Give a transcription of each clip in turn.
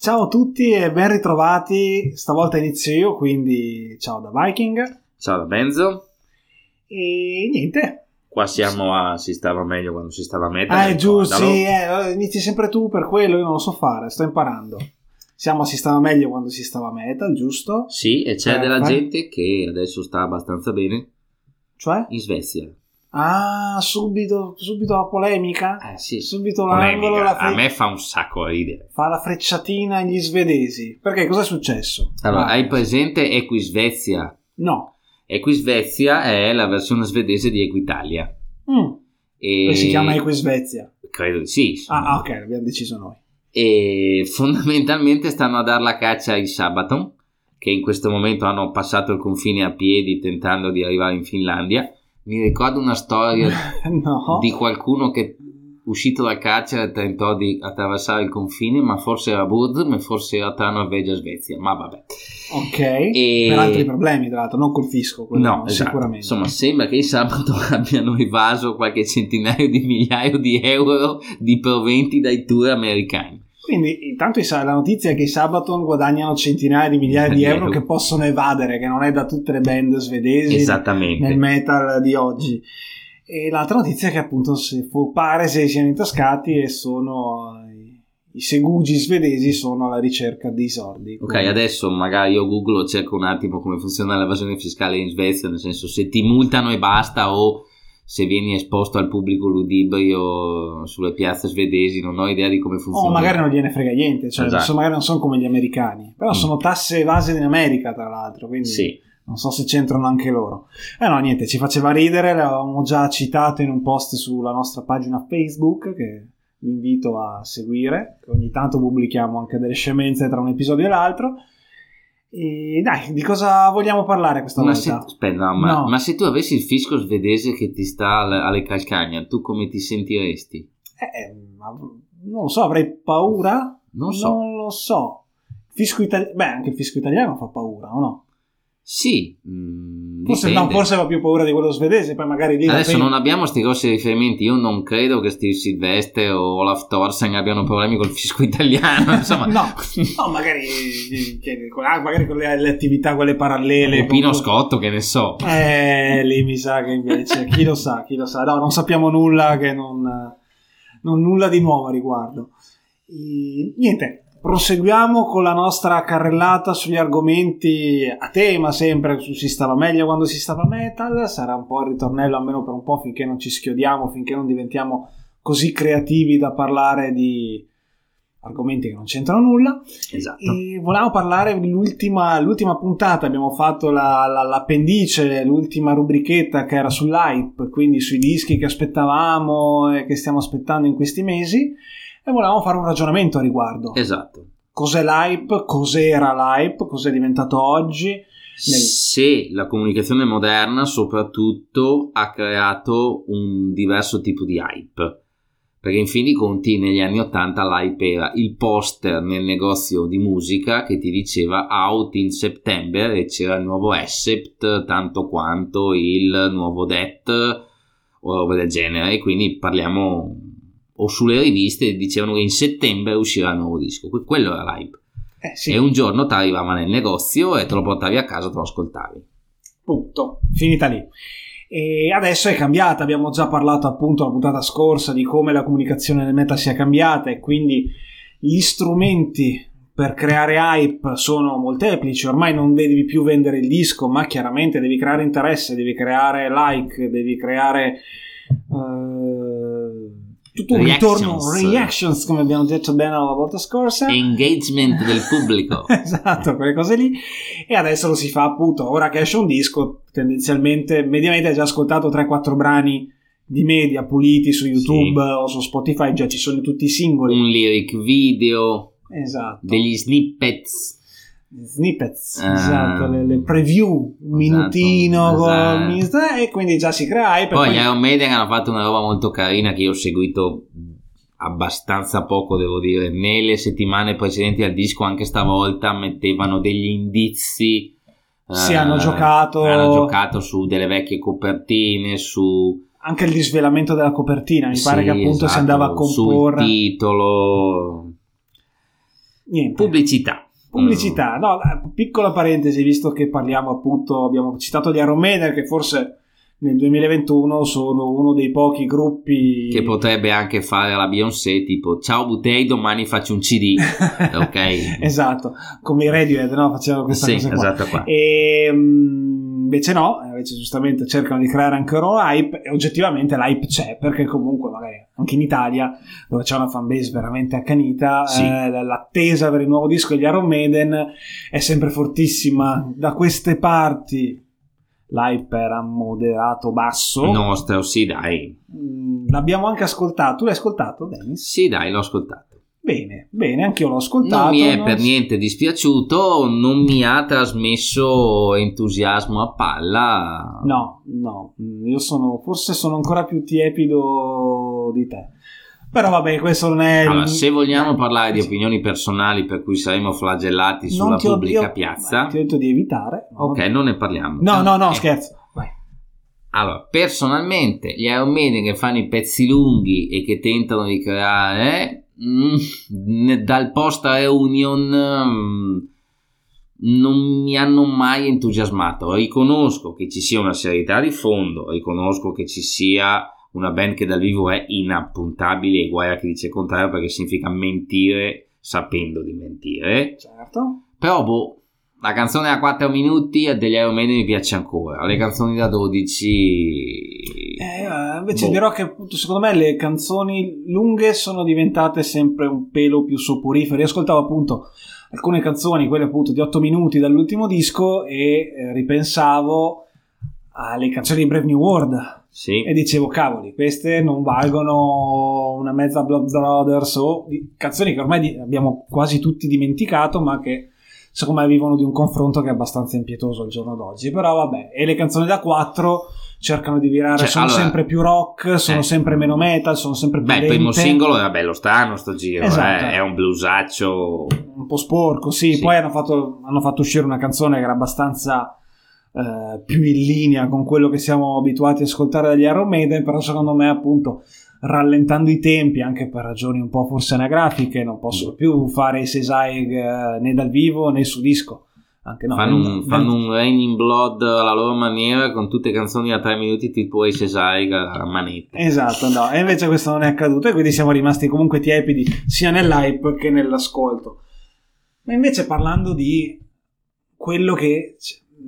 Ciao a tutti e ben ritrovati. Stavolta inizio io, quindi ciao da Viking. Ciao da Benzo. E niente. Qua siamo a si stava meglio quando si stava a metà. Ah, è giusto, sì, inizi sempre tu per quello, io non lo so fare, sto imparando. Siamo a si stava meglio quando si stava a metal, giusto? Sì, e c'è della gente che adesso sta abbastanza bene. Cioè? In Svezia. Ah, subito la polemica? Sì. Subito l'angolo. A me fa un sacco ridere. Fa la frecciatina agli svedesi. Perché? Cosa è successo? Allora, hai presente Equisvezia? No. Equisvezia è la versione svedese di Equitalia. E si chiama Equisvezia? Credo di sì. Ah, ok, l'abbiamo deciso noi. E fondamentalmente stanno a dar la caccia ai Sabaton, che in questo momento hanno passato il confine a piedi tentando di arrivare in Finlandia. Mi ricordo una storia di qualcuno che uscito dal carcere tentò di attraversare il confine, ma forse era Burd, forse era tra Norvegia e Svezia, ma vabbè. Ok, per altri problemi tra l'altro, non col fisco. No, esatto. Sicuramente. Insomma, sembra che i Sabaton abbiano evaso qualche centinaio di migliaia di euro di proventi dai tour americani. Quindi intanto la notizia è che i Sabaton guadagnano centinaia di migliaia di euro che possono evadere, che non è da tutte le band svedesi nel metal di oggi. E l'altra notizia è che appunto pare se siano intascati e sono i segugi svedesi sono alla ricerca dei soldi. Ok, adesso magari io googlo, cerco un attimo come funziona l'evasione fiscale in Svezia, nel senso se ti multano e basta o se vieni esposto al pubblico ludibrio sulle piazze svedesi, non ho idea di come funziona. O magari non gliene frega niente, cioè esatto. Magari non sono come gli americani, però sono tasse evase in America tra l'altro, quindi sì. Non so se c'entrano anche loro. No, niente, ci faceva ridere, l'avevamo già citato in un post sulla nostra pagina Facebook che vi invito a seguire, che ogni tanto pubblichiamo anche delle scemenze tra un episodio e l'altro. E dai, di cosa vogliamo parlare questa volta? Ma se tu avessi il fisco svedese che ti sta alle calcagna, tu come ti sentiresti? Non lo so, avrei paura? Non lo so. Anche il fisco italiano fa paura, o no? Sì, forse va più paura di quello svedese, poi magari lì adesso non abbiamo sti grossi riferimenti. Io non credo che Steve Silvestre o Olaf Thorsen abbiano problemi col fisco italiano, insomma. no, magari con le attività quelle parallele o Pino Scotto, che ne so. Lì mi sa che invece chi lo sa, no, non sappiamo nulla, che non nulla di nuovo a riguardo. Niente, proseguiamo con la nostra carrellata sugli argomenti a tema, sempre su si stava meglio quando si stava metal. Sarà un po' il ritornello, almeno per un po', finché non ci schiodiamo, finché non diventiamo così creativi da parlare di argomenti che non c'entrano nulla. Esatto. E volevamo parlare dell'ultima puntata, abbiamo fatto l'appendice, l'ultima rubrichetta che era sull'hype, quindi sui dischi che aspettavamo e che stiamo aspettando in questi mesi. E volevamo fare un ragionamento a riguardo. Esatto. Cos'è l'hype? Cos'era l'hype? Cos'è diventato oggi? Se la comunicazione moderna soprattutto ha creato un diverso tipo di hype, perché in fin dei conti negli anni 80 l'hype era il poster nel negozio di musica che ti diceva out in September e c'era il nuovo Accept tanto quanto il nuovo Death o roba del genere, e quindi parliamo, o sulle riviste dicevano che in settembre uscirà il nuovo disco. Quello era l'hype. Sì. E un giorno ti arrivava nel negozio e te lo portavi a casa, te lo ascoltavi. Punto. Finita lì. E adesso è cambiata. Abbiamo già parlato appunto la puntata scorsa di come la comunicazione nel metal sia cambiata, e quindi gli strumenti per creare hype sono molteplici. Ormai non devi più vendere il disco, ma chiaramente devi creare interesse, devi creare like, devi creare tutto un ritorno, reactions, come abbiamo detto bene la volta scorsa, engagement del pubblico. Esatto, quelle cose lì. E adesso lo si fa appunto, ora che esce un disco, tendenzialmente, mediamente hai già ascoltato 3-4 brani di media puliti su YouTube, sì, o su Spotify, già ci sono tutti i singoli, un lyric video, esatto, degli snippets, esatto, le preview, un minutino, esatto. E quindi già si crea hype. Poi gli Iron Maiden hanno fatto una roba molto carina che io ho seguito abbastanza poco, devo dire. Nelle settimane precedenti al disco, anche stavolta, mettevano degli indizi. Hanno giocato su delle vecchie copertine, su anche il disvelamento della copertina. Mi pare che appunto, esatto, si andava a comporre sul titolo. Niente. Pubblicità, no, piccola parentesi, visto che parliamo appunto, abbiamo citato gli Iron Maiden, che forse nel 2021 sono uno dei pochi gruppi che potrebbe anche fare la Beyoncé, tipo ciao Butei, domani faccio un CD. Ok, esatto, come i Radiohead, no? Facevano questa cosa qua. Esatto qua. E invece no, invece giustamente cercano di creare anche loro hype, e oggettivamente l'hype c'è, perché comunque magari anche in Italia, dove c'è una fanbase veramente accanita, sì. L'attesa per il nuovo disco degli Iron Maiden è sempre fortissima. Da queste parti l'hype era moderato basso. Nostro, sì dai. L'abbiamo anche ascoltato. Tu l'hai ascoltato, Dennis? Sì dai, l'ho ascoltato. Bene, anch'io l'ho ascoltato. Non mi è per niente dispiaciuto, non mi ha trasmesso entusiasmo a palla. No, io forse sono ancora più tiepido di te. Però vabbè, questo non è... Allora, se vogliamo parlare di opinioni personali per cui saremo flagellati sulla pubblica piazza... Ti ho detto di evitare. Ok, non ne parliamo. No, scherzo. Vai. Allora, personalmente, gli Iron Maiden che fanno i pezzi lunghi e che tentano di creare... dal post reunion non mi hanno mai entusiasmato. Riconosco che ci sia una serietà di fondo, riconosco che ci sia una band che dal vivo è inappuntabile, e guai a chi dice il contrario, perché significa mentire sapendo di mentire. Certo. Però la canzone da 4 minuti degli Iron Maiden mi piace ancora, le canzoni da 12 invece dirò che appunto secondo me le canzoni lunghe sono diventate sempre un pelo più soporifere. Io ascoltavo appunto alcune canzoni, quelle appunto di 8 minuti dall'ultimo disco, e ripensavo alle canzoni di Brave New World. Sì. E dicevo, cavoli, queste non valgono una mezza Blood Brothers, o canzoni che ormai abbiamo quasi tutti dimenticato, ma che secondo me vivono di un confronto che è abbastanza impietoso al giorno d'oggi. Però vabbè, e le canzoni da 4 cercano di virare, sono sempre più rock, sono sempre meno metal, sono sempre più lente. Il primo singolo era bello strano sto giro, esatto. È un bluesaccio un po' sporco, sì. Poi hanno fatto uscire una canzone che era abbastanza più in linea con quello che siamo abituati a ascoltare dagli Iron Maiden, però secondo me appunto rallentando i tempi, anche per ragioni un po' forse anagrafiche, non possono più fare i Sesaig né dal vivo né su disco. Anche no, fanno un Rain in Blood alla loro maniera, con tutte canzoni da 3 minuti tipo i Sesaig a manetta. Esatto, no, e invece questo non è accaduto, e quindi siamo rimasti comunque tiepidi sia nell'hype che nell'ascolto. Ma invece, parlando di quello che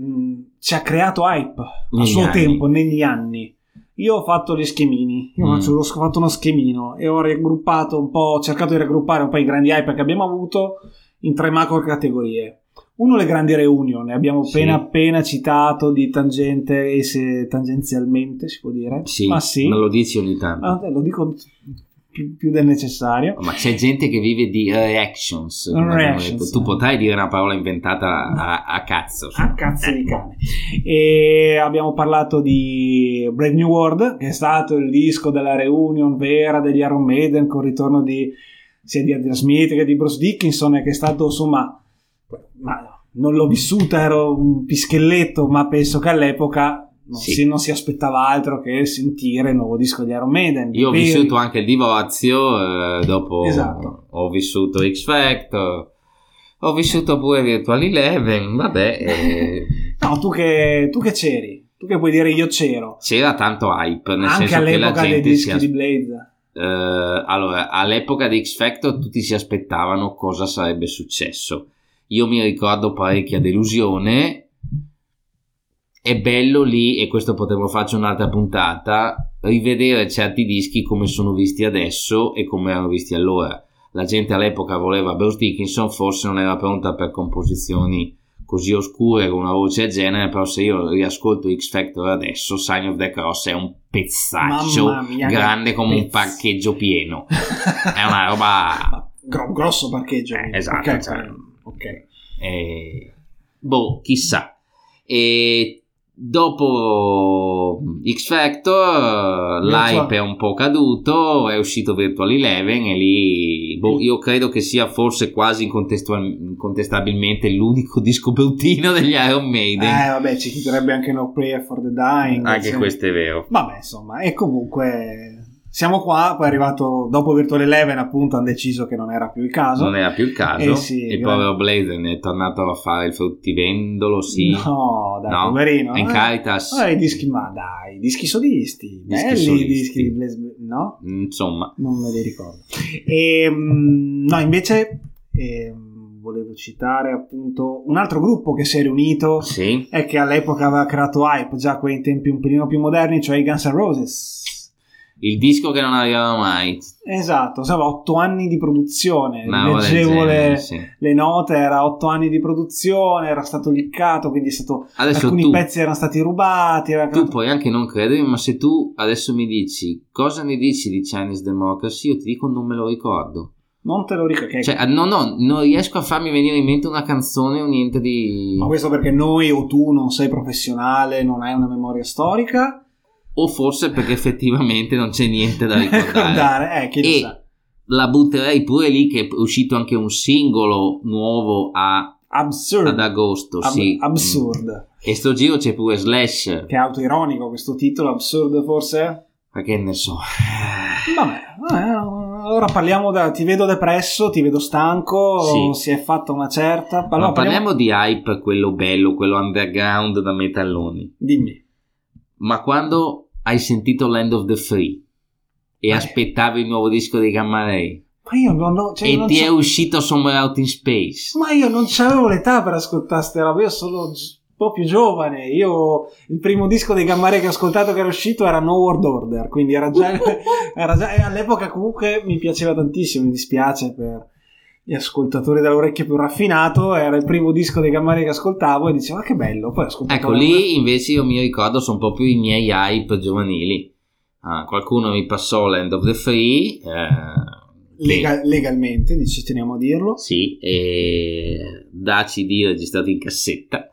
ci ha creato hype a suo tempo, negli anni, io ho fatto gli schemini, ho fatto uno schemino e ho raggruppato un po', ho cercato di raggruppare un po' i grandi hype che abbiamo avuto in 3 macro categorie. Uno, le grandi reunion, abbiamo appena citato di tangente e se tangenzialmente si può dire. Sì, ma sì, me lo dici ogni tanto. Lo dico più del necessario. Ma c'è gente che vive di reactions. Tu potrai dire una parola inventata a cazzo. A cazzo di cane. E abbiamo parlato di Brave New World, che è stato il disco della reunion vera degli Iron Maiden, con il ritorno sia di Adrian Smith che di Bruce Dickinson, che è stato insomma, ma non l'ho vissuta, ero un pischelletto, ma penso che all'epoca non si aspettava altro che sentire il nuovo disco di Iron Maiden. Io ho vissuto anche il divorzio, dopo esatto. Ho vissuto X Factor, ho vissuto pure Virtual Eleven, vabbè. No, tu che c'eri, tu che puoi dire io c'ero. C'era tanto hype, nel anche senso che la all'epoca gente dei dischi di Blade. Allora, all'epoca di X Factor tutti si aspettavano cosa sarebbe successo. Io mi ricordo parecchia delusione. È bello lì, e questo potremmo farci un'altra puntata, rivedere certi dischi come sono visti adesso e come erano visti allora. La gente all'epoca voleva Bruce Dickinson, forse non era pronta per composizioni così oscure con una voce del genere, però se io riascolto X Factor adesso, Sign of the Cross è un pezzaccio grande come un parcheggio pieno. È una roba grosso parcheggio. Esatto. Ok. Chissà. E dopo X Factor l'hype è un po' caduto, è uscito Virtual Eleven e lì io credo che sia forse quasi incontestabilmente l'unico disco bruttino degli Iron Maiden. Vabbè, ci direbbe anche No Prayer for the Dying. Anche questo è vero. Vabbè, insomma, e comunque siamo qua, poi è arrivato dopo Virtual Eleven, appunto, hanno deciso che non era più il caso. Non era più il caso. Sì, il povero Blazen è tornato a fare il fruttivendolo, sì. No, dai, poverino. In Caritas. I dischi, ma dai, dischi solisti. Belli dischi di Blaze, no? Insomma. Non me li ricordo. No, invece... volevo citare appunto un altro gruppo che si è riunito e che all'epoca aveva creato hype già in tempi un pelino più moderni, cioè i Guns N' Roses. Il disco che non arrivava mai. Esatto, aveva 8 anni di produzione. Leggevo le note, era 8 anni di produzione, era stato liccato, quindi alcuni pezzi erano stati rubati. Tu puoi anche non credere, ma se tu adesso mi dici cosa ne dici di Chinese Democracy, io ti dico non me lo ricordo. Non te lo ricordo. Cioè, non riesco a farmi venire in mente una canzone o niente di... Ma questo perché noi o tu non sei professionale, non hai una memoria storica? O forse perché effettivamente non c'è niente da ricordare. Chi lo sa. La butterei pure lì che è uscito anche un singolo nuovo ad agosto. Sì. Absurd. E sto giro c'è pure Slash. Che è autoironico questo titolo, Absurd forse? Perché ne so. Vabbè, allora parliamo ti vedo depresso, ti vedo stanco, si è fatta una certa... Allora, parliamo di hype, quello bello, quello underground da metalloni. Dimmi. Ma quando hai sentito Land of the Free e aspettavi il nuovo disco dei Gamma Ray ti è uscito Somewhere Out in Space, ma io non c'avevo l'età per ascoltare ste robe, io sono un po' più giovane. Io il primo disco dei Gamma Ray che ho ascoltato che era uscito era No World Order, quindi era già e all'epoca comunque mi piaceva tantissimo. Mi dispiace per gli ascoltatori dall'orecchio più raffinato, era il primo disco dei Gamma Ray che ascoltavo e dicevo che bello, poi ascoltavo. Ecco, lì invece io mi ricordo sono proprio i miei hype giovanili. Qualcuno mi passò Land of the Free legalmente, ci teniamo a dirlo, sì, da CD registrato in cassetta.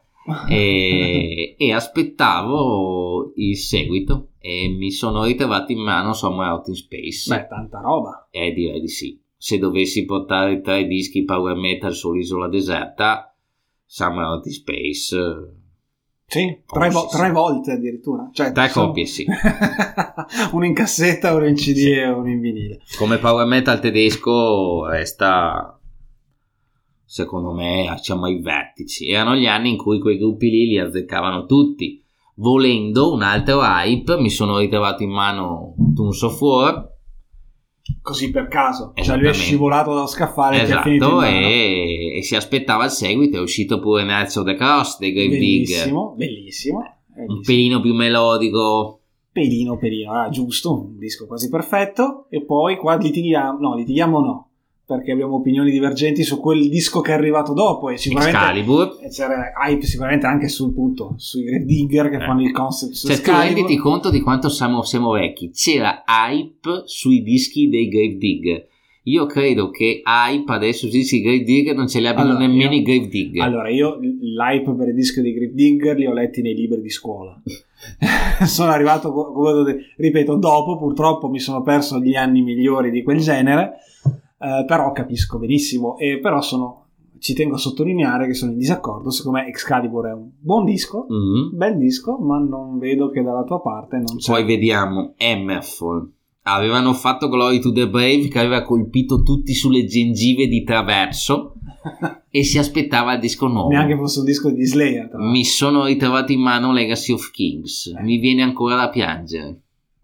E aspettavo il seguito e mi sono ritrovato in mano Somewhere Out in Space. Beh, tanta roba. Direi di sì. Se dovessi portare 3 dischi power metal sull'isola deserta, Somewhere Out in Space, sì, 3 volte addirittura, cioè 3 copie, sì. Uno in cassetta, uno in CD e uno in vinile. Come power metal tedesco resta, secondo me, diciamo ai vertici. Erano gli anni in cui quei gruppi lì li azzeccavano tutti. Volendo un altro hype, mi sono ritrovato in mano Tons of War, così per caso, cioè lui è scivolato dallo scaffale, esatto, e si aspettava il seguito. È uscito pure Knights of the Cross dei Grave Digger, bellissimo, un pelino più melodico, pelino, giusto, un disco quasi perfetto. E poi qua litighiamo perché abbiamo opinioni divergenti su quel disco che è arrivato dopo, e sicuramente Excalibur, c'era hype sicuramente anche sui Grave Digger che fanno il concept su Excalibur. Tu renditi conto di quanto siamo vecchi. C'era hype sui dischi dei Grave Digger. Io credo che hype adesso sui dischi dei Grave Digger non ce li abbiano nemmeno i Grave Digger. Allora, io l'hype per i dischi dei Grave Digger li ho letti nei libri di scuola. Sono arrivato, ripeto, dopo, purtroppo mi sono perso gli anni migliori di quel genere. Però capisco benissimo, e però ci tengo a sottolineare che sono in disaccordo. Secondo me Excalibur è un buon disco, bel disco, ma non vedo che dalla tua parte non c'è. Poi vediamo Hammerfall. Avevano fatto Glory to the Brave che aveva colpito tutti sulle gengive di traverso e si aspettava il disco nuovo. Neanche fosse un disco di Slayer. Mi sono ritrovato in mano Legacy of Kings, mi viene ancora da piangere.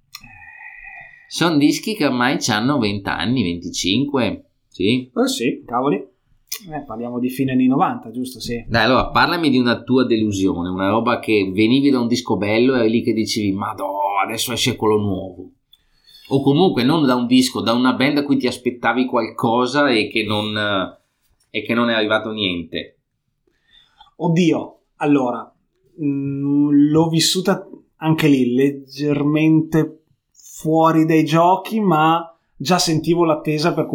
Sono dischi che ormai hanno 20 anni, 25, sì? Sì, cavoli. Parliamo di fine anni 90, giusto? Sì. Dai, allora, parlami di una tua delusione, una roba che venivi da un disco bello e eri lì che dicevi, madò, adesso esce quello nuovo. O comunque non da un disco, da una band a cui ti aspettavi qualcosa e che non è arrivato niente. Oddio, allora, l'ho vissuta anche lì leggermente fuori dai giochi, ma già sentivo l'attesa per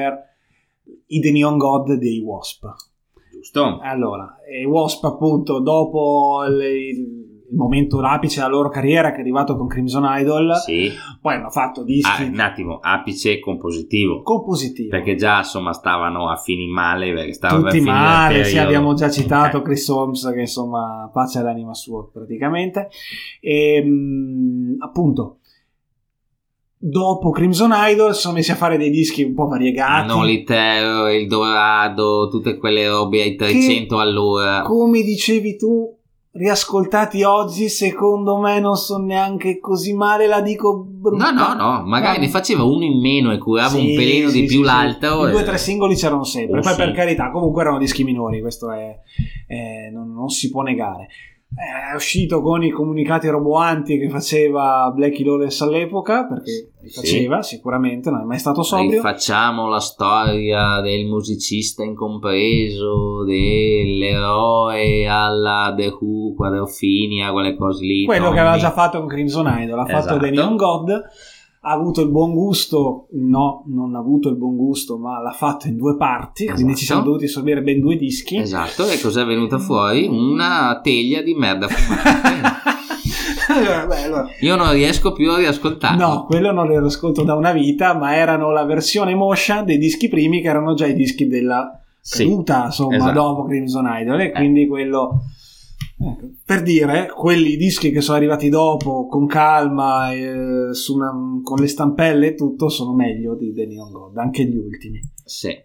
i The Neon God dei Wasp. Giusto. Allora, i Wasp appunto dopo il momento l'apice della loro carriera che è arrivato con Crimson Idol, sì. Poi hanno fatto dischi un attimo, apice compositivo, perché già insomma stavano a fini male, perché tutti male, sì, abbiamo già citato Chris Holmes, che insomma pace all'anima sua praticamente, e appunto dopo Crimson Idol sono messi a fare dei dischi un po' variegati. Noli Terror, Il Dorado, tutte quelle robe ai 300 all'ora. Come dicevi tu, riascoltati oggi, secondo me non sono neanche così male, la dico brutta. No, magari ne faceva uno in meno e curava un pelino di più l'altro. I 2 o 3 singoli c'erano sempre, poi sì. Per carità, comunque erano dischi minori, questo non si può negare. È uscito con i comunicati roboanti che faceva Blackie Lawless all'epoca, perché li faceva sicuramente, non è mai stato sobrio. Facciamo la storia del musicista incompreso, dell'eroe alla The Who, Quadrofinia, quelle cose lì. Quello che aveva già fatto con Crimson Idol, ha fatto The Neon God, ha avuto il buon gusto, non ha avuto il buon gusto, ma l'ha fatto in 2 parti, quindi ci siamo dovuti sorbire ben 2 dischi. Esatto, e cos'è venuta fuori? Una teglia di merda fumante. Allora, io non riesco più a riascoltarlo. No, quello non lo ascolto da una vita, ma erano la versione motion dei dischi primi, che erano già i dischi della caduta, insomma, esatto. Dopo Crimson Idol, e quindi quello... per dire, quelli dischi che sono arrivati dopo con calma, con le stampelle e tutto, sono meglio di The Neon God, anche gli ultimi. Sì.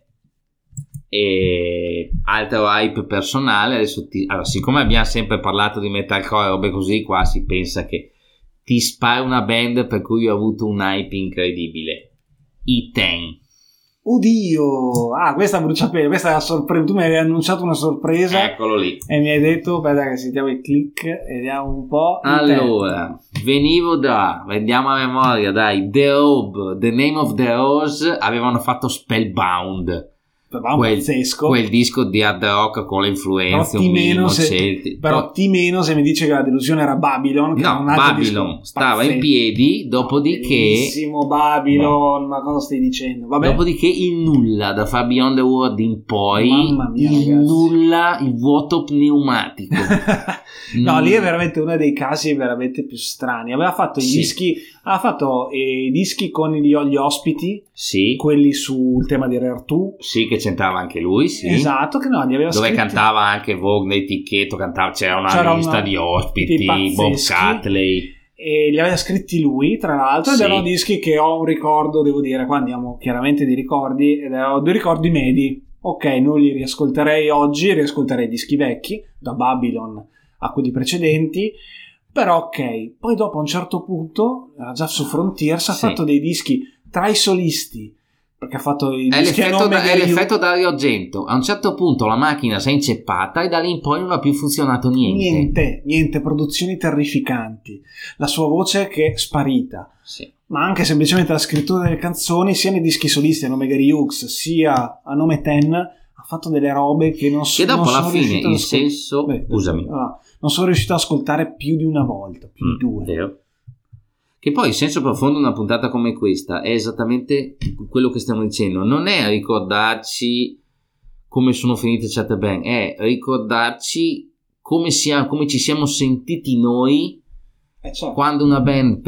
E altro hype personale, adesso allora, siccome abbiamo sempre parlato di metalcore e robe così, qua si pensa che ti spara una band per cui ho avuto un hype incredibile. I Ten. Oddio, questa è bruciapelo, questa è la sorpresa. Tu mi avevi annunciato una sorpresa, eccolo lì, e mi hai detto, aspetta che sentiamo il click e vediamo un po'. Allora, venivo vediamo a memoria, dai, The Robe, The Name of the Rose, avevano fatto Spellbound. Quel disco di hard rock con le influenze però ti meno se mi dice che la delusione era Babylon, che no, Babylon stava in piedi, dopodiché bellissimo Babylon, ma cosa stai dicendo? Vabbè. Dopodiché il nulla, da Far Beyond the World in poi, mamma mia, il ragazzi. nulla, il vuoto pneumatico. No, lì è veramente uno dei casi veramente più strani. Aveva fatto i dischi con gli ospiti, quelli sul tema di Rare 2, che c'entrava anche lui, esatto, che no, li aveva dove scritti... cantava anche Vogue nei Ticchetto, c'era una lista di ospiti, Bob Catley, e li aveva scritti lui, tra l'altro, ed erano dischi che ho un ricordo, devo dire, qua andiamo chiaramente di ricordi, ed erano 2 ricordi medi. Ok, non li riascolterei oggi, riascolterei dischi vecchi, da Babylon a quelli precedenti, però ok. Poi dopo a un certo punto, era già su Frontiers, ha fatto dei dischi tra i solisti, perché ha fatto i dischi è l'effetto Dario Argento. A un certo punto la macchina si è inceppata e da lì in poi non ha più funzionato niente, produzioni terrificanti, la sua voce che è sparita, ma anche semplicemente la scrittura delle canzoni, sia nei dischi solisti a nome Gary Hughes sia a nome Ten, ha fatto delle robe che non so, e dopo non alla sono fine riuscito il senso scusami, non sono riuscito ad ascoltare più di una volta, più di 2. Vero. Che poi il senso profondo di una puntata come questa è esattamente quello che stiamo dicendo, non è ricordarci come sono finite certe band, è ricordarci come ci siamo sentiti noi quando una band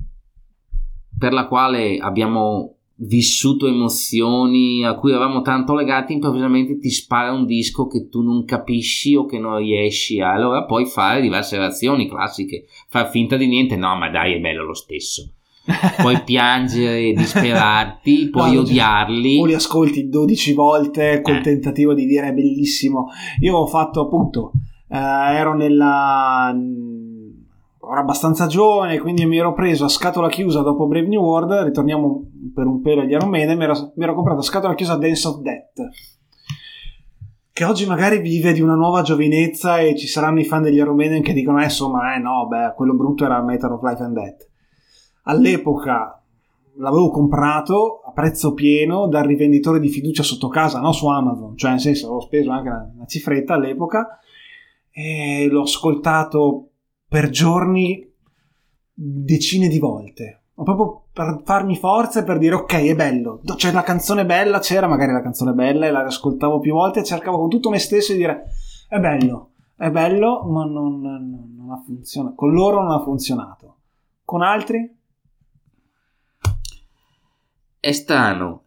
per la quale abbiamo vissuto emozioni, a cui eravamo tanto legati, improvvisamente ti spara un disco che tu non capisci o che non riesci a, allora puoi fare diverse reazioni classiche, far finta di niente, no ma dai è bello lo stesso, puoi piangere, disperarti, puoi odiarli, o li ascolti 12 volte col tentativo di dire è bellissimo. Io ho fatto appunto ero ero abbastanza giovane, quindi mi ero preso a scatola chiusa dopo Brave New World, ritorniamo per un pelo agli Iron Maiden, mi ero comprato a scatola chiusa Dance of Death, che oggi magari vive di una nuova giovinezza e ci saranno i fan degli Iron Maiden che dicono quello brutto era Metal of Life and Death. All'epoca l'avevo comprato a prezzo pieno dal rivenditore di fiducia sotto casa, no su Amazon, cioè nel senso avevo speso anche una cifretta all'epoca e l'ho ascoltato per giorni decine di volte, proprio per farmi forza e per dire ok è bello, c'è la canzone bella, c'era magari la canzone bella e la riascoltavo più volte e cercavo con tutto me stesso di dire è bello ma non ha funzionato, con loro non ha funzionato, con altri è strano,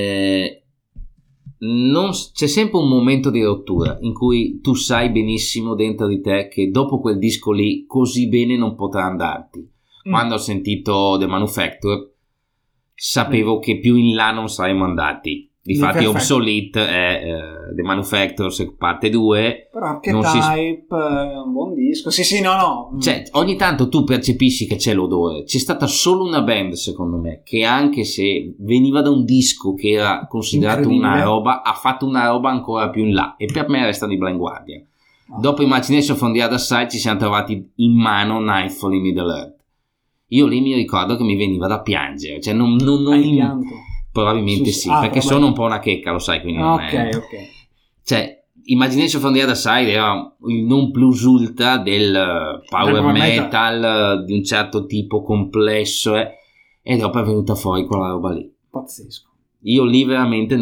c'è sempre un momento di rottura in cui tu sai benissimo dentro di te che dopo quel disco lì così bene non potrà andarti. Quando ho sentito The Manufacturer sapevo che più in là non saremmo andati. Difatti Obsolete è The Manufacturers parte 2. Però Archetype è un buon disco. Sì, no. Cioè, ogni tanto tu percepisci che c'è l'odore. C'è stata solo una band, secondo me, che anche se veniva da un disco che era considerato una roba, ha fatto una roba ancora più in là. E per me restano i Blind Guardian. Dopo Imagination from the Other Side ci siamo trovati in mano Nightfall in Middle Earth. Io lì mi ricordo che mi veniva da piangere. Cioè non pianto? Probabilmente sì, perché sono un po' una checca, lo sai, quindi non è... Ok. Cioè, Imagination from the Other Side era il non plus ultra del power metal di un certo tipo complesso, e dopo è venuta fuori quella roba lì. Pazzesco. Io lì veramente...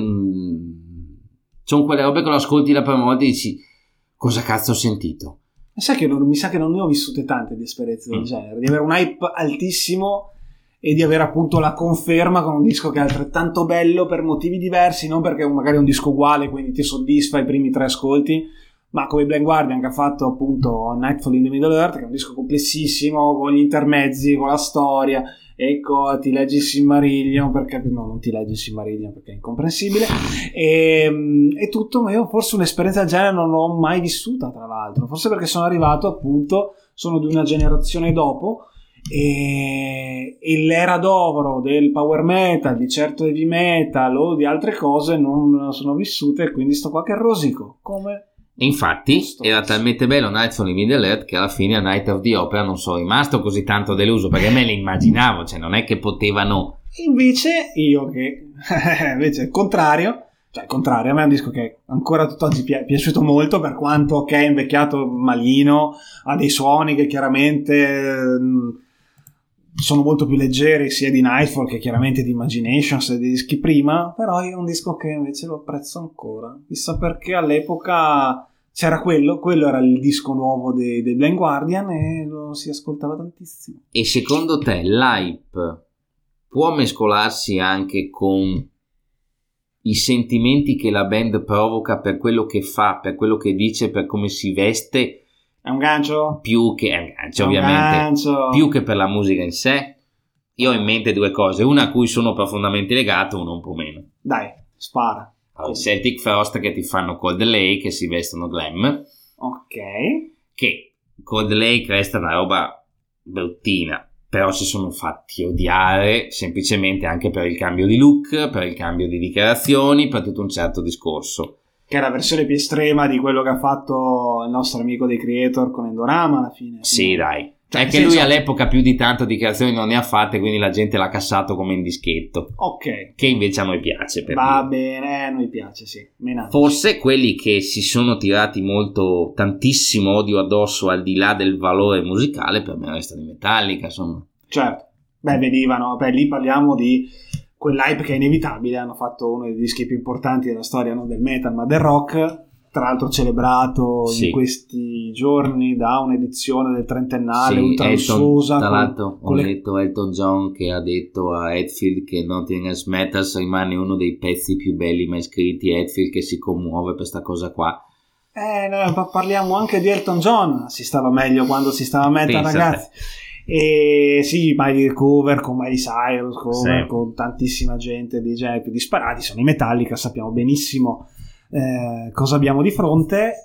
sono quelle robe che lo ascolti la prima volta e dici, cosa cazzo ho sentito? Sai che mi sa che non ne ho vissute tante di esperienze del genere, di avere un hype altissimo e di avere appunto la conferma con un disco che è altrettanto bello per motivi diversi, non perché magari è un disco uguale quindi ti soddisfa i primi 3 ascolti, ma come Blind Guardian che ha fatto appunto Nightfall in the Middle Earth, che è un disco complessissimo con gli intermezzi, con la storia. Ecco, ti leggi il Silmarillion perché no, non ti leggi il Silmarillion perché è incomprensibile, e tutto. Ma io forse un'esperienza del genere non l'ho mai vissuta, tra l'altro, forse perché sono arrivato appunto, sono di una generazione dopo, e l'era d'oro del power metal, di certo heavy metal o di altre cose non sono vissute, e quindi sto qua che rosico come... E infatti era talmente bello Nightfall in Middle Earth che alla fine a Night of the Opera non sono rimasto così tanto deluso, perché me le immaginavo, cioè non è che potevano... Invece io che invece il contrario, a me è un disco che ancora tutt'oggi è piaciuto molto, per quanto che è invecchiato malino, ha dei suoni che chiaramente sono molto più leggeri sia di Nightfall che chiaramente di Imaginations e dei dischi prima, però è un disco che invece lo apprezzo ancora, chissà perché all'epoca c'era quello era il disco nuovo dei Blind Guardian e lo si ascoltava tantissimo. E secondo te l'hype può mescolarsi anche con i sentimenti che la band provoca per quello che fa, per quello che dice, per come si veste? È un gancio? Più che è un gancio, ovviamente. Più che per la musica in sé. Io ho in mente 2 cose, una a cui sono profondamente legato, una un po' meno. Dai, spara. Allora, Celtic Frost che ti fanno Cold Lake, che si vestono glam. Ok. Che Cold Lake resta una roba bruttina, però si sono fatti odiare semplicemente anche per il cambio di look, per il cambio di dichiarazioni, per tutto un certo discorso. Che è la versione più estrema di quello che ha fatto il nostro amico dei Creator con Endorama alla fine. Sì, dai. Cioè, è che lui all'epoca più di tanto dichiarazioni non ne ha fatte, quindi la gente l'ha cassato come in dischetto. Ok. Che invece a noi piace. Va bene, a noi piace, sì. Menante. Forse quelli che si sono tirati tantissimo odio addosso al di là del valore musicale, per me restano i Metallica, insomma. Certo. Venivano. Lì parliamo di quell'hype che è inevitabile. Hanno fatto uno dei dischi più importanti della storia, non del metal, ma del rock. Tra l'altro celebrato in questi giorni da un'edizione del trentennale ultra lussuosa. Tra l'altro ho letto Elton John che ha detto a Hetfield che Nothing Else Matters rimane uno dei pezzi più belli mai scritti. Hetfield che si commuove per sta cosa qua. Parliamo anche di Elton John. Si stava meglio quando si stava metal, ragazzi. E sì, cover con Miley Cyrus, con tantissima gente di generi più disparati. Sono i Metallica, sappiamo benissimo cosa abbiamo di fronte.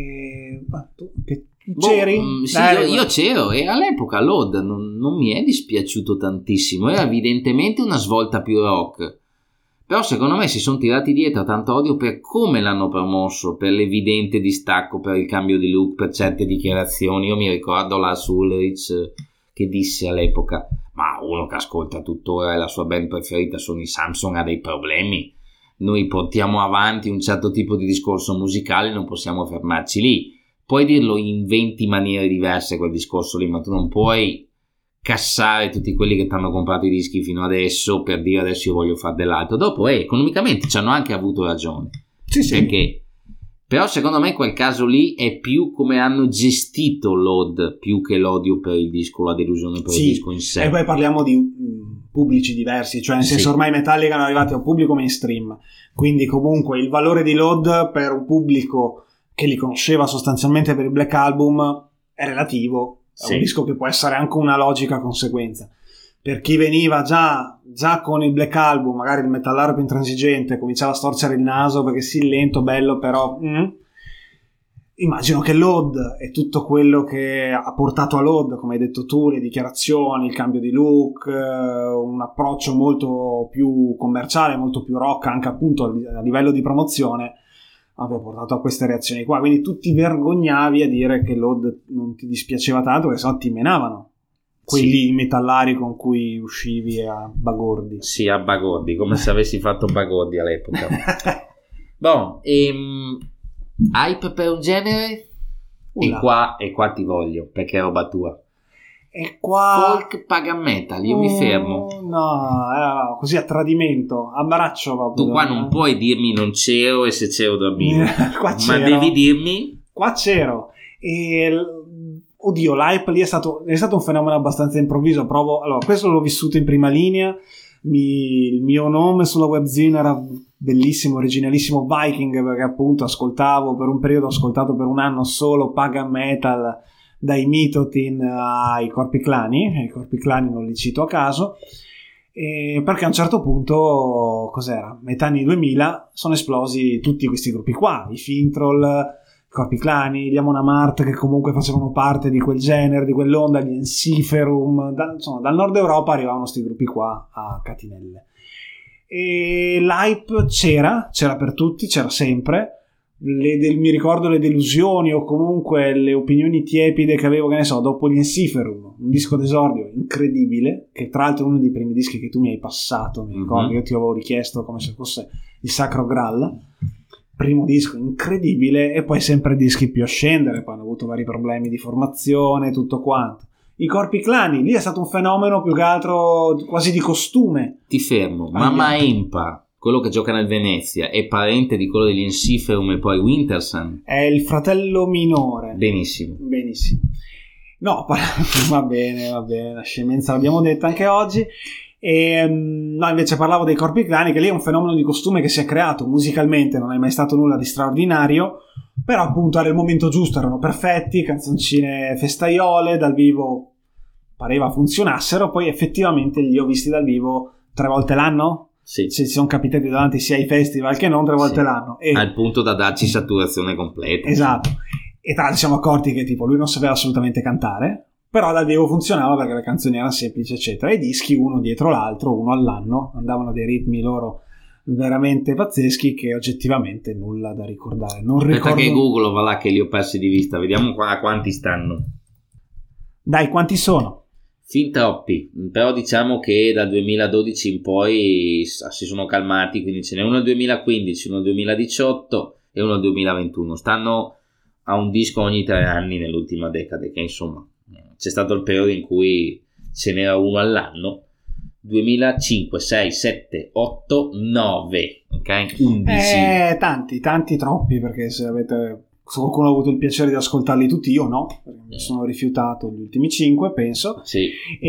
Tu che c'eri? Io c'ero, e all'epoca Load non mi è dispiaciuto tantissimo, era evidentemente una svolta più rock, però secondo me si sono tirati dietro tanto odio per come l'hanno promosso, per l'evidente distacco, per il cambio di look, per certe dichiarazioni. Io mi ricordo Lars Ulrich che disse all'epoca: ma uno che ascolta tuttora e la sua band preferita sono i Samson ha dei problemi. Noi portiamo avanti un certo tipo di discorso musicale, non possiamo fermarci lì. Puoi dirlo in 20 maniere diverse quel discorso lì, ma tu non puoi cassare tutti quelli che ti hanno comprato i dischi fino adesso per dire adesso io voglio fare dell'altro. Dopo economicamente ci hanno anche avuto ragione. Sì. Perché? Però secondo me in quel caso lì è più come hanno gestito Load più che l'odio per il disco, la delusione per il disco in sé. E poi parliamo di pubblici diversi, cioè nel senso ormai i Metallica erano arrivati a un pubblico mainstream, quindi comunque il valore di Load per un pubblico che li conosceva sostanzialmente per il Black Album è relativo, è un disco che può essere anche una logica conseguenza. per chi veniva già con il Black Album, magari il metallaro più intransigente, cominciava a storcere il naso perché sì, lento, bello, però immagino che Load e tutto quello che ha portato a Load, come hai detto tu, le dichiarazioni, il cambio di look, un approccio molto più commerciale, molto più rock, anche appunto a livello di promozione, abbia portato a queste reazioni qua. Quindi tu ti vergognavi a dire che Load non ti dispiaceva tanto, perché sennò ti menavano quelli metallari con cui uscivi a bagordi. Sì, a bagordi, come se avessi fatto bagordi all'epoca. Hype per un genere? E qua ti voglio, perché è roba tua. E qua folk pagan metal, io mi fermo. No, così a tradimento, a braccio proprio. Tu qua non puoi dirmi non c'ero e se c'ero dormivo. Ma devi dirmi. Qua c'ero. E oddio, l'hype lì è stato un fenomeno abbastanza improvviso. Allora, questo l'ho vissuto in prima linea. Il mio nome sulla webzine era bellissimo, originalissimo Viking, perché appunto ascoltato per un anno solo pagan metal, dai Mitotin ai Corpi Clani. I Corpi Clani non li cito a caso, perché a un certo punto, cos'era? Metà anni 2000 sono esplosi tutti questi gruppi qua, i Fintroll, Corpi Clani, gli Amon Amarth, che comunque facevano parte di quel genere, di quell'onda, gli Ensiferum, dal nord Europa arrivavano questi gruppi qua a catinelle. E l'hype c'era per tutti, c'era sempre. Mi ricordo le delusioni o comunque le opinioni tiepide che avevo, che ne so, dopo gli Ensiferum, un disco d'esordio incredibile, che tra l'altro è uno dei primi dischi che tu mi hai passato, mi ricordo, io ti avevo richiesto come se fosse il Sacro Graal. Primo disco incredibile, e poi sempre dischi più a scendere, poi hanno avuto vari problemi di formazione, tutto quanto. I Corpi Clani, lì è stato un fenomeno più che altro quasi di costume. Ti fermo, Mamma Empa, quello che gioca nel Venezia, è parente di quello degli Ensiferum e poi Wintersun? È il fratello minore. Benissimo. No, va bene, la scemenza l'abbiamo detta anche oggi. No, invece parlavo dei Corpi Clani, che lì è un fenomeno di costume che si è creato musicalmente, non è mai stato nulla di straordinario, però appunto era il momento giusto, erano perfetti, canzoncine festaiole, dal vivo pareva funzionassero. Poi effettivamente li ho visti dal vivo 3 volte l'anno? Sì. Si sono capitati davanti sia ai festival che non 3 volte l'anno. Al punto da darci saturazione completa. Esatto. E tra l'altro ci siamo accorti che tipo lui non sapeva assolutamente cantare, però dal vivo funzionava perché le canzoni erano semplici eccetera, e i dischi uno dietro l'altro, uno all'anno, andavano a dei ritmi loro veramente pazzeschi che oggettivamente nulla da ricordare. Non ricordo. Aspetta che Google va là che li ho persi di vista, vediamo a quanti stanno. Dai, quanti sono? Fin troppi, però diciamo che dal 2012 in poi si sono calmati, quindi ce n'è uno al 2015, uno al 2018 e uno al 2021, stanno a un disco ogni 3 anni nell'ultima decade, che insomma c'è stato il periodo in cui ce n'era uno all'anno. 2005, 6, 7, 8, 9, ok? 11. Tanti troppi, perché se qualcuno ha avuto il piacere di ascoltarli tutti, io no, perché mi sono rifiutato gli ultimi 5, penso. Sì.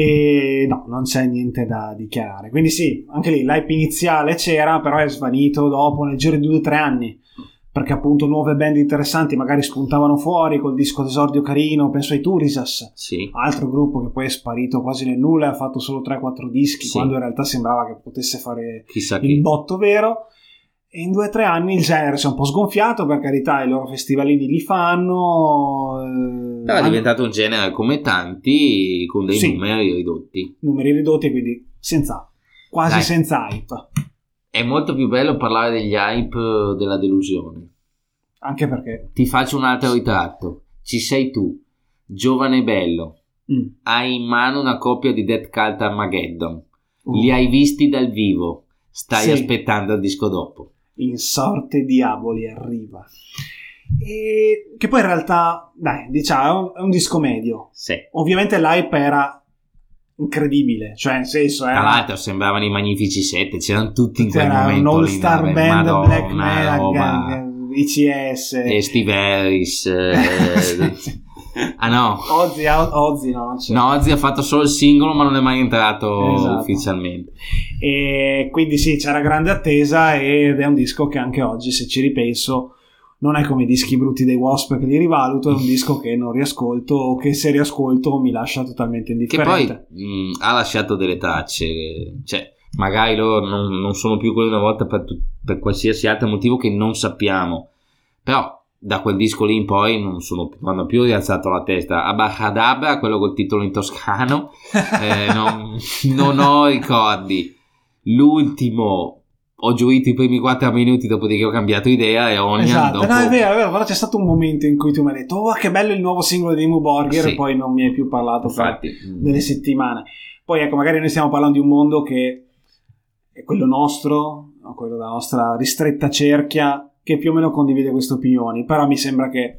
E no, non c'è niente da dichiarare. Quindi sì, anche lì l'hype iniziale c'era, però è svanito dopo nel giro di 2 o 3 anni. Perché appunto nuove band interessanti magari spuntavano fuori col disco d'esordio carino, penso ai Turisas, sì. Altro gruppo che poi è sparito quasi nel nulla e ha fatto solo 3-4 dischi, sì. Quando in realtà sembrava che potesse fare il botto vero. E in 2 o 3 anni il genere si è un po' sgonfiato, per carità, i loro festivalini li fanno, però è diventato un genere come tanti, con dei numeri ridotti, quindi quasi senza hype. È molto più bello parlare degli hype della delusione. Anche perché ti faccio un altro ritratto. Ci sei tu, giovane e bello, hai in mano una copia di Death Cult Armageddon, li hai visti dal vivo, stai aspettando il disco dopo. In sorte diavoli arriva. E che poi in realtà, dai, diciamo, è un disco medio. Sì. Ovviamente l'hype era incredibile, cioè nel senso tra l'altro sembravano i Magnifici 7, c'erano tutti in quel momento, un all star band, Madonna, Black Metal, ICS e Steve Harris. Ah no, Ozzy no, Ozzy ha fatto solo il singolo ma non è mai entrato ufficialmente, e quindi sì, c'era grande attesa ed è un disco che anche oggi, se ci ripenso, non è come i dischi brutti dei Wasp che li rivaluto, è un disco che non riascolto o che se riascolto mi lascia totalmente indifferente. Che poi ha lasciato delle tracce, cioè magari loro non sono più quelli una volta per qualsiasi altro motivo che non sappiamo, però da quel disco lì in poi non hanno più rialzato la testa. Abacadabra, quello col titolo in toscano, non ho ricordi. L'ultimo ho gioito i primi 4 minuti, dopodiché ho cambiato idea e Onion esatto, dopo... no, è vero, però c'è stato un momento in cui tu mi hai detto che bello il nuovo singolo di Dimmu Borgir, sì. E poi non mi hai più parlato Infatti, per delle settimane. Poi ecco, magari noi stiamo parlando di un mondo che è quello nostro, quello della nostra ristretta cerchia, che più o meno condivide queste opinioni, però mi sembra che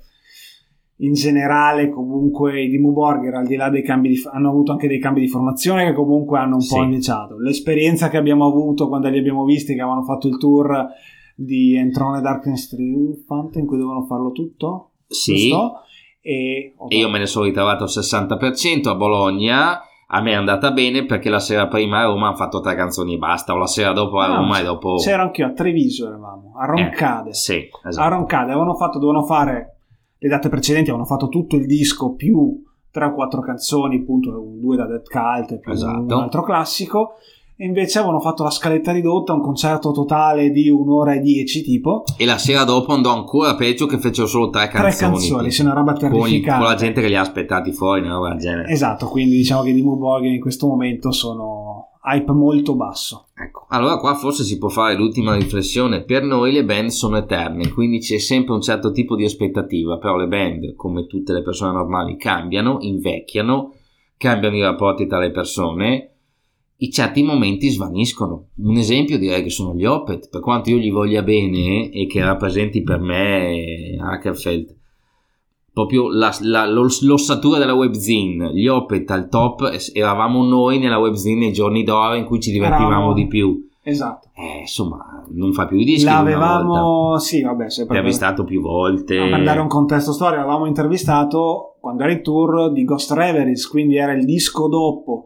in generale comunque i Dimmu Borgir, al di là dei cambi hanno avuto anche dei cambi di formazione che comunque hanno un po' inveciato. L'esperienza che abbiamo avuto quando li abbiamo visti che avevano fatto il tour di Entrone Darkness Triumphant in cui dovevano farlo tutto, sì, giusto? E io me ne sono ritrovato al 60% a Bologna. A me è andata bene perché la sera prima a Roma hanno fatto 3 canzoni e basta, o la sera dopo a Roma e dopo... C'era anch'io, a Treviso eravamo, a Roncade. Sì, esatto. A Roncade dovevano fare, le date precedenti avevano fatto tutto il disco più 3 o 4 canzoni, appunto 2 da Dead Cult più esatto. un altro classico, e invece avevano fatto la scaletta ridotta, un concerto totale di 1 ora e 10 tipo, e la sera dopo andò ancora peggio che fecero solo 3 canzoni, sì, una roba terrificante, con la gente che li ha aspettati fuori, una roba del genere. Esatto, quindi diciamo che i Dimmu Borgir in questo momento sono hype molto basso. Ecco, allora qua forse si può fare l'ultima riflessione. Per noi le band sono eterne, quindi c'è sempre un certo tipo di aspettativa, però le band, come tutte le persone normali, cambiano, invecchiano, cambiano i rapporti tra le persone, i certi momenti svaniscono. Un esempio direi che sono gli Opeth, per quanto io gli voglia bene e che rappresenti per me Hackerfeld proprio l'ossatura della webzine. Gli Opeth al top eravamo noi nella webzine nei giorni d'oro in cui ci divertivamo di più. Esatto. Insomma, non fa più i dischi. L'avevamo, sì, vabbè, intervistato più volte. Per dare un contesto storico, avevamo intervistato quando era in tour di Ghost Reveries, quindi era il disco dopo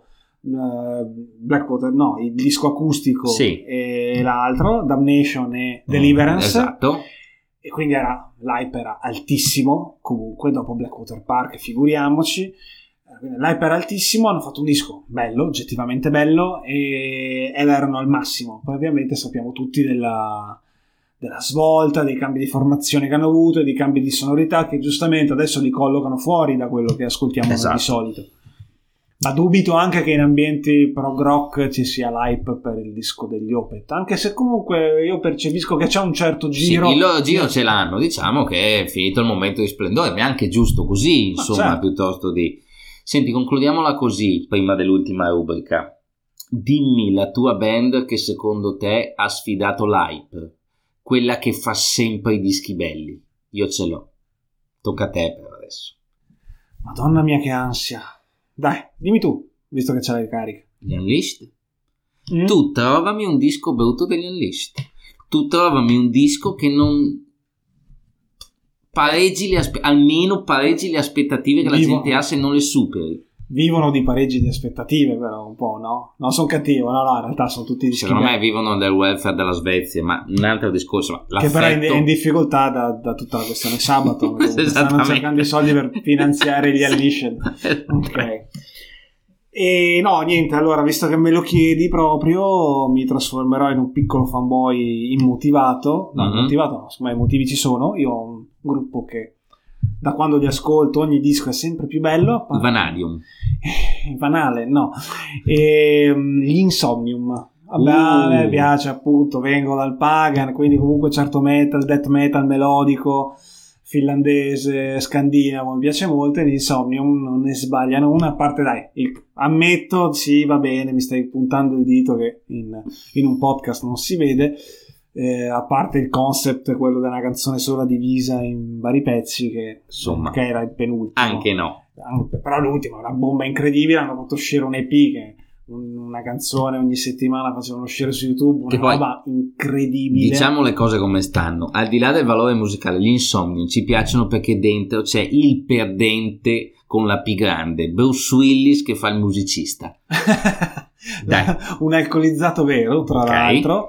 Blackwater, no, il disco acustico, sì, e l'altro Damnation e Deliverance, esatto. E quindi l'hype era altissimo comunque dopo Blackwater Park, figuriamoci. Quindi l'hype era altissimo, hanno fatto un disco bello, oggettivamente bello, ed erano al massimo. Poi ovviamente sappiamo tutti della svolta, dei cambi di formazione che hanno avuto e dei cambi di sonorità che giustamente adesso li collocano fuori da quello che ascoltiamo noi di solito. Ma dubito anche che in ambienti prog rock ci sia l'hype per il disco degli Opeth, anche se comunque io percepisco che c'è un certo giro. Sì, il loro giro ce l'hanno, diciamo che è finito il momento di splendore, ma è anche giusto così, insomma, certo. Piuttosto di... Senti, concludiamola così, prima dell'ultima rubrica. Dimmi la tua band che secondo te ha sfidato l'hype, quella che fa sempre i dischi belli. Io ce l'ho. Tocca a te per adesso. Madonna mia che ansia. Dai, dimmi tu, visto che ce l'hai carica. Gli Unleashed? Tu trovami un disco brutto degli Unleashed. Tu trovami un disco che non almeno pareggi le aspettative che la gente ha, se non le superi. Vivono di pareggi di aspettative, però un po', no? Non sono cattivo, no, in realtà sono tutti dischi. Secondo me vivono del welfare della Svezia, ma un altro discorso. Che però è in difficoltà da tutta la questione Sabaton. Stanno cercando i soldi per finanziare gli Unleashed. Ok. E no, niente, allora, visto che me lo chiedi proprio, mi trasformerò in un piccolo fanboy immotivato. No, immotivato no, insomma i motivi ci sono. Io ho un gruppo che da quando li ascolto ogni disco è sempre più bello. Vanadium. Vanale, no. Gli Insomnium. Vabbè, a me piace, appunto, vengo dal Pagan, quindi comunque certo metal, death metal melodico, finlandese, scandinavo, mi piace molto, e gli Insomnium non ne sbagliano una, a parte, dai, ammetto, sì, va bene, mi stai puntando il dito che in un podcast non si vede, a parte il concept, quello della canzone sola divisa in vari pezzi, che insomma che era il penultimo. Anche no. Però l'ultimo è una bomba incredibile, hanno fatto uscire un EP che una canzone ogni settimana facevano uscire su YouTube, una roba incredibile. Diciamo le cose come stanno, al di là del valore musicale, gli Insomnium ci piacciono perché dentro c'è il perdente con la P grande, Bruce Willis che fa il musicista. Dai. Un alcolizzato vero, tra l'altro.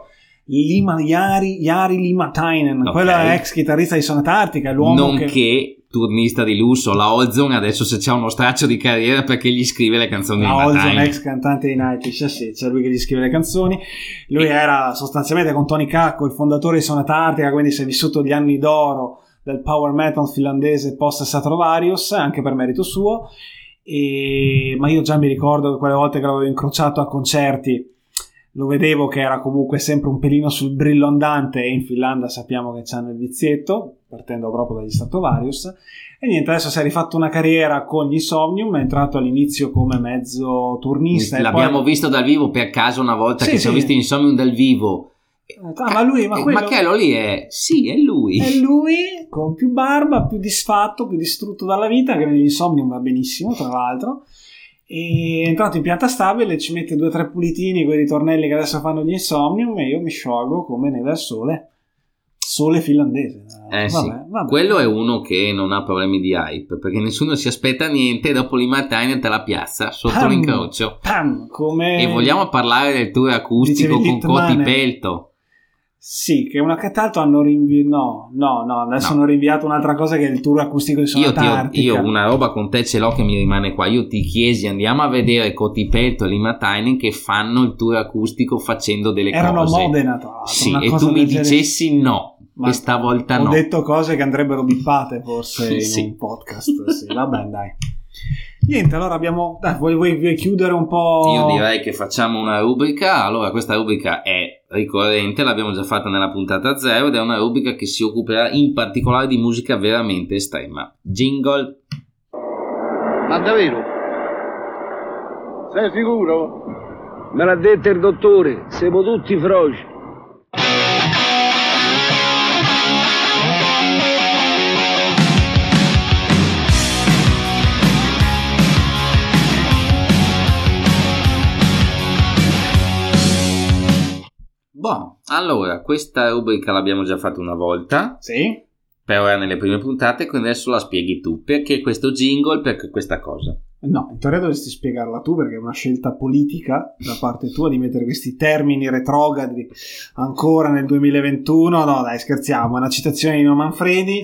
Jari Limatainen, Ok. quello è ex chitarrista di Sonata Arctica, l'uomo Nonché turnista di lusso, la Ozone adesso se c'ha uno straccio di carriera perché gli scrive le canzoni di La Ozone, Limatainen. ex cantante di Nightwish, sì, c'è lui che gli scrive le canzoni. Lui era sostanzialmente con Tony Kakko il fondatore di Sonata Arctica, quindi si è vissuto gli anni d'oro del power metal finlandese post Stratovarius, anche per merito suo. Ma io già mi ricordo che quelle volte che l'avevo incrociato a concerti lo vedevo che era comunque sempre un pelino sul brillo andante, e in Finlandia sappiamo che c'hanno il vizietto, partendo proprio dagli Stratovarius. E niente, adesso si è rifatto una carriera con gli Insomnium, è entrato all'inizio come mezzo turnista. L'abbiamo visto dal vivo per caso una volta, Sì, che ci ho sì. visto Insomnium dal vivo. Ma quello lì è... Sì, è lui. è lui, con più barba, più disfatto, più distrutto dalla vita, che negli Insomnium va benissimo, tra l'altro. E è entrato in pianta stabile, ci mette 2 o 3 pulitini con i ritornelli che adesso fanno gli Insomnium, e io mi sciolgo come neve al sole finlandese. Sì. Quello è uno che non ha problemi di hype, perché nessuno si aspetta niente, e dopo Limatainen te la piazza sotto Pam! l'incrocio. Come... E vogliamo parlare del tour acustico Dicevi con Coti Litmane. Pelto? Sì, che una che tanto hanno rinviato. No, adesso hanno rinviato un'altra cosa, che è il tour acustico di Sonata Arctica. Io una roba con te ce l'ho che mi rimane qua. Io ti chiesi, andiamo a vedere Coti Pelto e Limatainen che fanno il tour acustico facendo delle Erano cose. a Modena, tra l'altro. Sì, una e cosa tu mi del genere. dicessi no, Ma questa volta no. Ho detto cose che andrebbero bippate forse in Sì. un podcast. Sì, vabbè, dai. Niente, allora abbiamo... Dai, vuoi chiudere un po'? Io direi che facciamo una rubrica. Allora, questa rubrica è ricorrente, l'abbiamo già fatta nella puntata 0, ed è una rubrica che si occuperà in particolare di musica veramente estrema. Jingle. Ma davvero? Sei sicuro? Me l'ha detto il dottore, siamo tutti froci. Boh, allora, questa rubrica l'abbiamo già fatta una volta, Sì? però era nelle prime puntate, quindi adesso la spieghi tu. Perché questo jingle, perché questa cosa? No, in teoria dovresti spiegarla tu, perché è una scelta politica da parte tua di mettere questi termini retrogradi ancora nel 2021. No, dai, scherziamo, è una citazione di Nino Manfredi.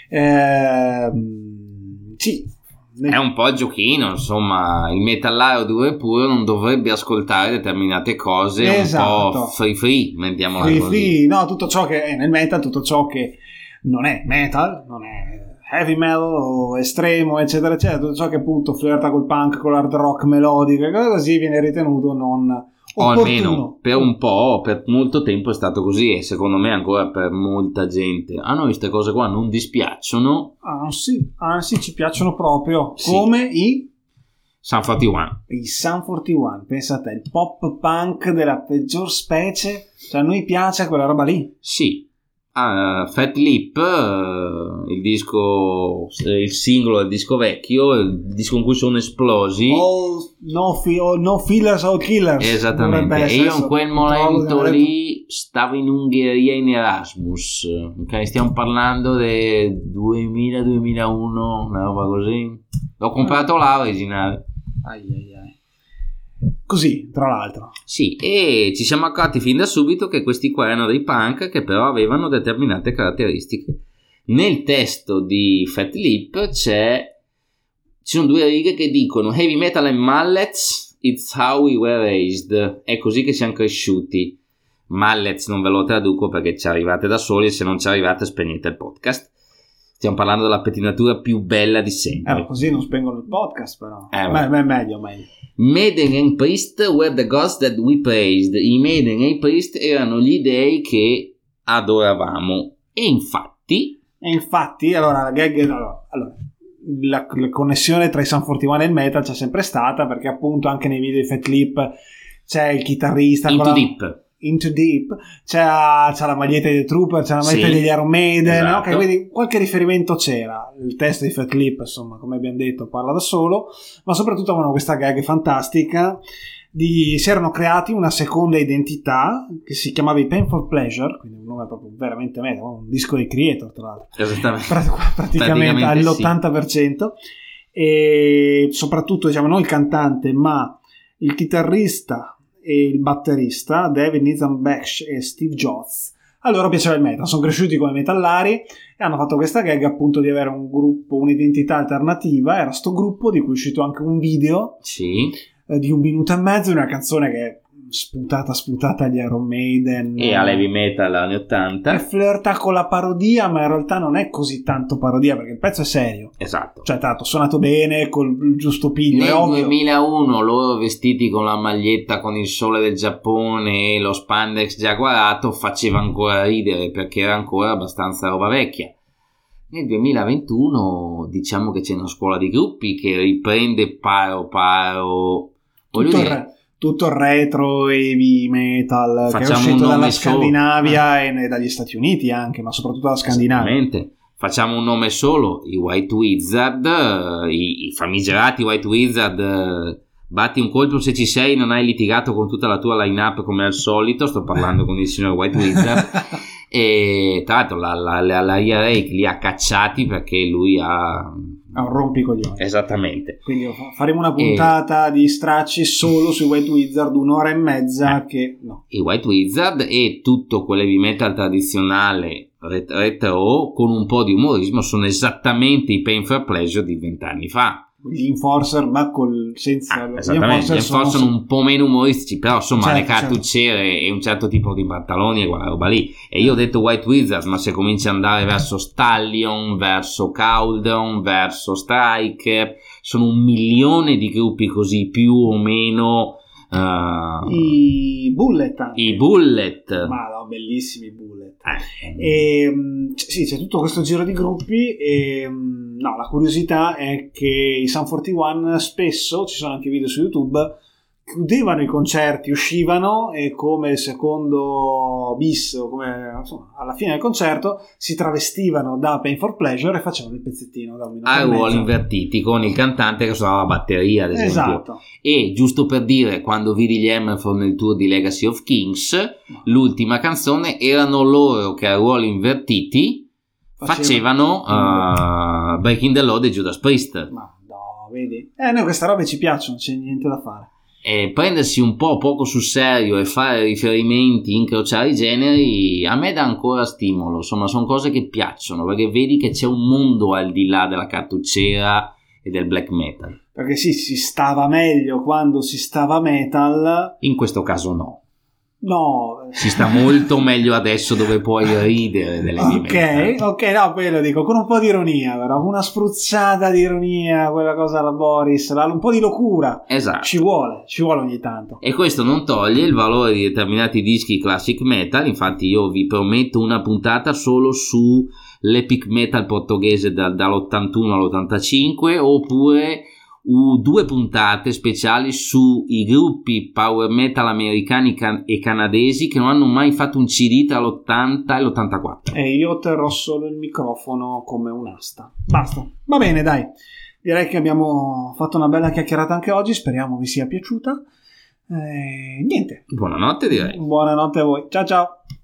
Sì. È un po' il giochino, insomma, il metallaro duro e puro non dovrebbe ascoltare determinate cose, Esatto. un po' free, mettiamola Free, così. no, tutto ciò che è nel metal, tutto ciò che non è metal, non è heavy metal o estremo, eccetera, eccetera, tutto ciò che appunto flirta col punk, con l'hard rock melodico e cose così, viene ritenuto non O opportuno. almeno per un po', per molto tempo è stato così, e secondo me ancora per molta gente. A noi queste cose qua non dispiacciono. Anzi, ci piacciono proprio, Sì. come i Sun 41. Sun 41, pensa a te, il pop punk della peggior specie, cioè a noi piace quella roba lì. Sì. Fat Lip, il disco, il singolo del disco vecchio, il disco in cui sono esplosi. No fillers or killers. Esattamente, Dovrebbe e essere io in quel sotto controllo momento della- lì stavo in Ungheria in Erasmus, ok? Stiamo parlando del 2000-2001, una roba così. L'ho comprato là originale. Ai. Così, tra l'altro. Sì, e ci siamo accorti fin da subito che questi qua erano dei punk che però avevano determinate caratteristiche. Nel testo di Fat Lip ci sono 2 righe che dicono heavy metal and mallets, it's how we were raised. È così che siamo cresciuti. Mallets non ve lo traduco perché ci arrivate da soli, e se non ci arrivate spegnete il podcast. Stiamo parlando della pettinatura più bella di sempre. Così non spengono il podcast, però. Vabbè. Meglio. Maiden and Priest were the gods that we praised. I Maiden e i Priest erano gli dei che adoravamo. E infatti, allora, la gag... Allora, la connessione tra i Sun 41 e il metal c'è sempre stata, perché appunto anche nei video di Fat Lip c'è il chitarrista Into Deep, c'è la maglietta dei Trooper, c'è la maglietta degli Iron Maiden, esatto. Ok, quindi qualche riferimento c'era. Il testo di Fat Lip, insomma, come abbiamo detto, parla da solo, ma soprattutto avevano questa gag fantastica si erano creati una seconda identità che si chiamava i Painful Pleasure, quindi un nome proprio veramente metal, un disco dei Creator, tra l'altro. Esattamente. Praticamente all'80%, e soprattutto, diciamo, non il cantante, ma il chitarrista e il batterista David Nizaam Baksh e Steve Jobs, a loro piaceva il metal, sono cresciuti come metallari e hanno fatto questa gag appunto di avere un gruppo, un'identità alternativa. Era sto gruppo di cui è uscito anche un video di 1 minuto e mezzo, una canzone che è sputata agli Iron Maiden e all'heavy metal anni 80, e flirta con la parodia, ma in realtà non è così tanto parodia perché il pezzo è serio, esatto, cioè tanto suonato bene col giusto piglio. Nel è ovvio. 2001 loro vestiti con la maglietta con il sole del Giappone e lo spandex giaguarato faceva ancora ridere perché era ancora abbastanza roba vecchia. Nel 2021 diciamo che c'è una scuola di gruppi che riprende paro tutto il retro heavy metal che è Facciamo uscito un nome dalla Scandinavia e dagli Stati Uniti anche, ma soprattutto dalla Scandinavia. Esattamente. Facciamo un nome solo, i White Wizard, i famigerati White Wizard. Batti un colpo se ci sei, non hai litigato con tutta la tua line-up come al solito. Sto parlando con il signor White Wizard. E tra l'altro la IRA li ha cacciati perché lui ha un rompicoglioni. Esattamente. Quindi faremo una puntata di stracci solo sui White Wizard, 1 ora e mezza che no. I White Wizard e tutto quell'heavy metal tradizionale retro con un po' di umorismo sono esattamente i Pain for Pleasure di 20 anni fa. Gli Enforcer, ma senza esattamente, gli Enforcer sono un po' meno umoristici, però insomma certo, le cartucciere e un certo tipo di pantaloni e quella roba lì. E io ho detto White Wizards, ma se cominci ad andare verso Stallion, verso Cauldron, verso Striker, sono 1 milione di gruppi così più o meno. I Bullet anche. I Bullet, ma no, bellissimi Bullet. E sì, c'è tutto questo giro di gruppi e no, la curiosità è che i Sum 41 spesso, ci sono anche video su YouTube, chiudevano i concerti, uscivano e come il secondo bis o come insomma, alla fine del concerto si travestivano da Pain for Pleasure e facevano il pezzettino da 1 minuto a e mezzo. ruoli invertiti con il cantante che suonava la batteria ad esempio. Esatto. E giusto per dire, quando vidi gli Hammerfall nel tour di Legacy of Kings, l'ultima canzone erano loro che a ruoli invertiti facevano Breaking the Law di Judas Priest. Ma no, vedi? Noi queste robe ci piacciono, non c'è niente da fare. E prendersi un po' poco sul serio e fare riferimenti, incrociare i generi, a me dà ancora stimolo. Insomma, sono cose che piacciono perché vedi che c'è un mondo al di là della cartucciera e del black metal. Perché sì, si stava meglio quando si stava metal. In questo caso no. No, si sta molto meglio adesso dove puoi ridere delle ok, no, poi lo dico con un po' di ironia, però una spruzzata di ironia, quella cosa alla Boris, un po' di locura. Esatto. Ci vuole ogni tanto. E questo non toglie il valore di determinati dischi classic metal. Infatti io vi prometto una puntata solo su l'epic metal portoghese dall'81 all'85, oppure 2 puntate speciali sui gruppi power metal americani e canadesi che non hanno mai fatto un CD tra l'80 e l'84. E io terrò solo il microfono come un'asta. Basta. Va bene, dai. Direi che abbiamo fatto una bella chiacchierata anche oggi. Speriamo vi sia piaciuta. Niente. Buonanotte, direi. Buonanotte a voi. Ciao ciao.